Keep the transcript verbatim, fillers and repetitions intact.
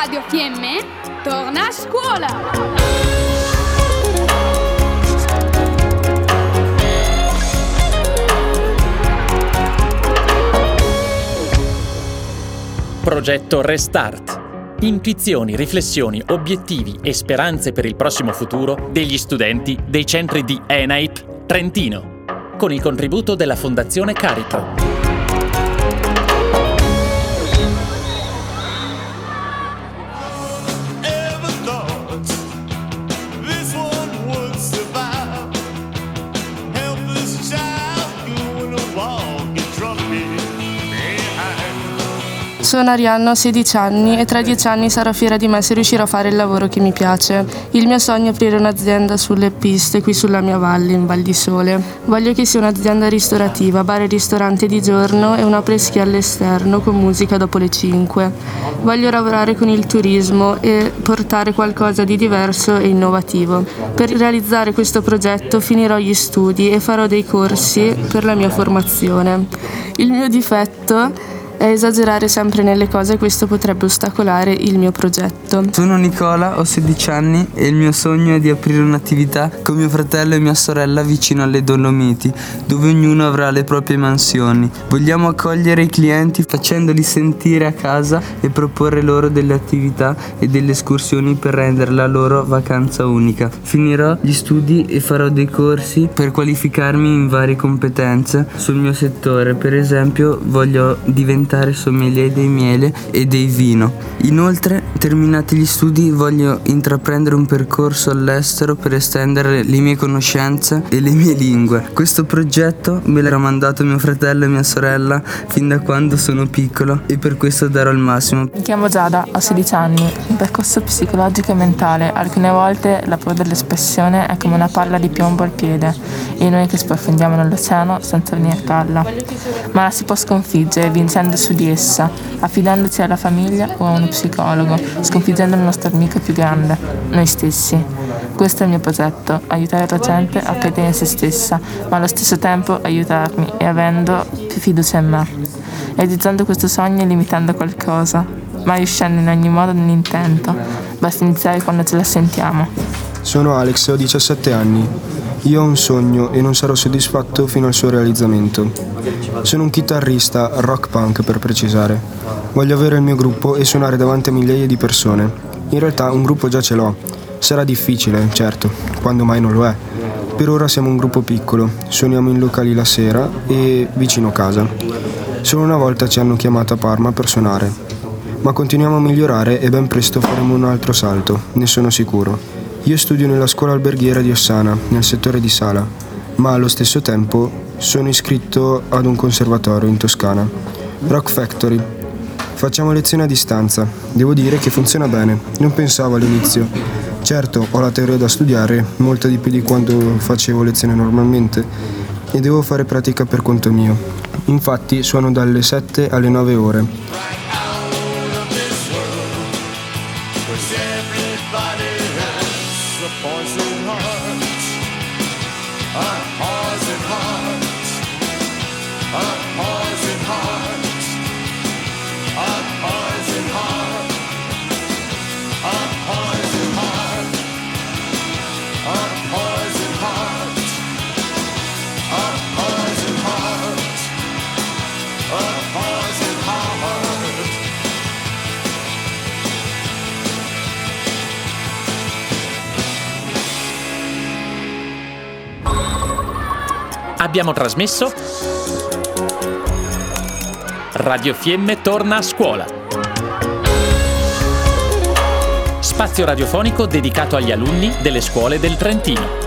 Radio Fiemme torna a scuola! Progetto Restart. Intuizioni, riflessioni, obiettivi e speranze per il prossimo futuro degli studenti dei centri di ENAIP Trentino, con il contributo della Fondazione Caripro. Sono Arianna, ho sedici anni e tra dieci anni sarò fiera di me se riuscirò a fare il lavoro che mi piace. Il mio sogno è aprire un'azienda sulle piste qui sulla mia valle, in Val di Sole. Voglio che sia un'azienda ristorativa, bar e ristorante di giorno e una preschi all'esterno con musica dopo le cinque. Voglio lavorare con il turismo e portare qualcosa di diverso e innovativo. Per realizzare questo progetto finirò gli studi e farò dei corsi per la mia formazione. Il mio difetto è esagerare sempre nelle cose e questo potrebbe ostacolare il mio progetto. Sono Nicola, ho sedici anni e il mio sogno è di aprire un'attività con mio fratello e mia sorella vicino alle Dolomiti, dove ognuno avrà le proprie mansioni. Vogliamo accogliere i clienti facendoli sentire a casa e proporre loro delle attività e delle escursioni per rendere la loro vacanza unica. Finirò gli studi e farò dei corsi per qualificarmi in varie competenze sul mio settore. Per esempio, voglio diventare sommelier dei miele e dei vino. Inoltre, terminati gli studi, voglio intraprendere un percorso all'estero per estendere le mie conoscenze e le mie lingue. Questo progetto me l'ha mandato mio fratello e mia sorella fin da quando sono piccolo e per questo darò il massimo. Mi chiamo Giada, ho sedici anni. Un percorso psicologico e mentale. Alcune volte la paura dell'espressione è come una palla di piombo al piede e noi che sprofondiamo nell'oceano senza venire palla. Ma la si può sconfiggere vincendo su di essa, affidandosi alla famiglia o a uno psicologo, sconfiggendo il nostro nemico più grande, noi stessi. Questo è il mio progetto, aiutare la gente a credere in se stessa, ma allo stesso tempo aiutarmi e avendo più fiducia in me. Realizzando questo sogno e limitando qualcosa, ma riuscendo in ogni modo nell'intento. Basta iniziare quando ce la sentiamo. Sono Alex, ho diciassette anni. Io ho un sogno e non sarò soddisfatto fino al suo realizzamento. Sono un chitarrista, rock punk per precisare. Voglio avere il mio gruppo e suonare davanti a migliaia di persone. In realtà un gruppo già ce l'ho. Sarà difficile, certo, quando mai non lo è. Per ora siamo un gruppo piccolo, suoniamo in locali la sera e vicino casa. Solo una volta ci hanno chiamato a Parma per suonare. Ma continuiamo a migliorare e ben presto faremo un altro salto, ne sono sicuro. Io studio nella scuola alberghiera di Ossana, nel settore di Sala, ma allo stesso tempo sono iscritto ad un conservatorio in Toscana. Rock Factory. Facciamo lezioni a distanza. Devo dire che funziona bene, non pensavo all'inizio. Certo, ho la teoria da studiare, molta di più di quando facevo lezione normalmente, e devo fare pratica per conto mio. Infatti suono dalle sette alle nove ore. Abbiamo trasmesso Radio Fiemme torna a scuola. Spazio radiofonico dedicato agli alunni delle scuole del Trentino.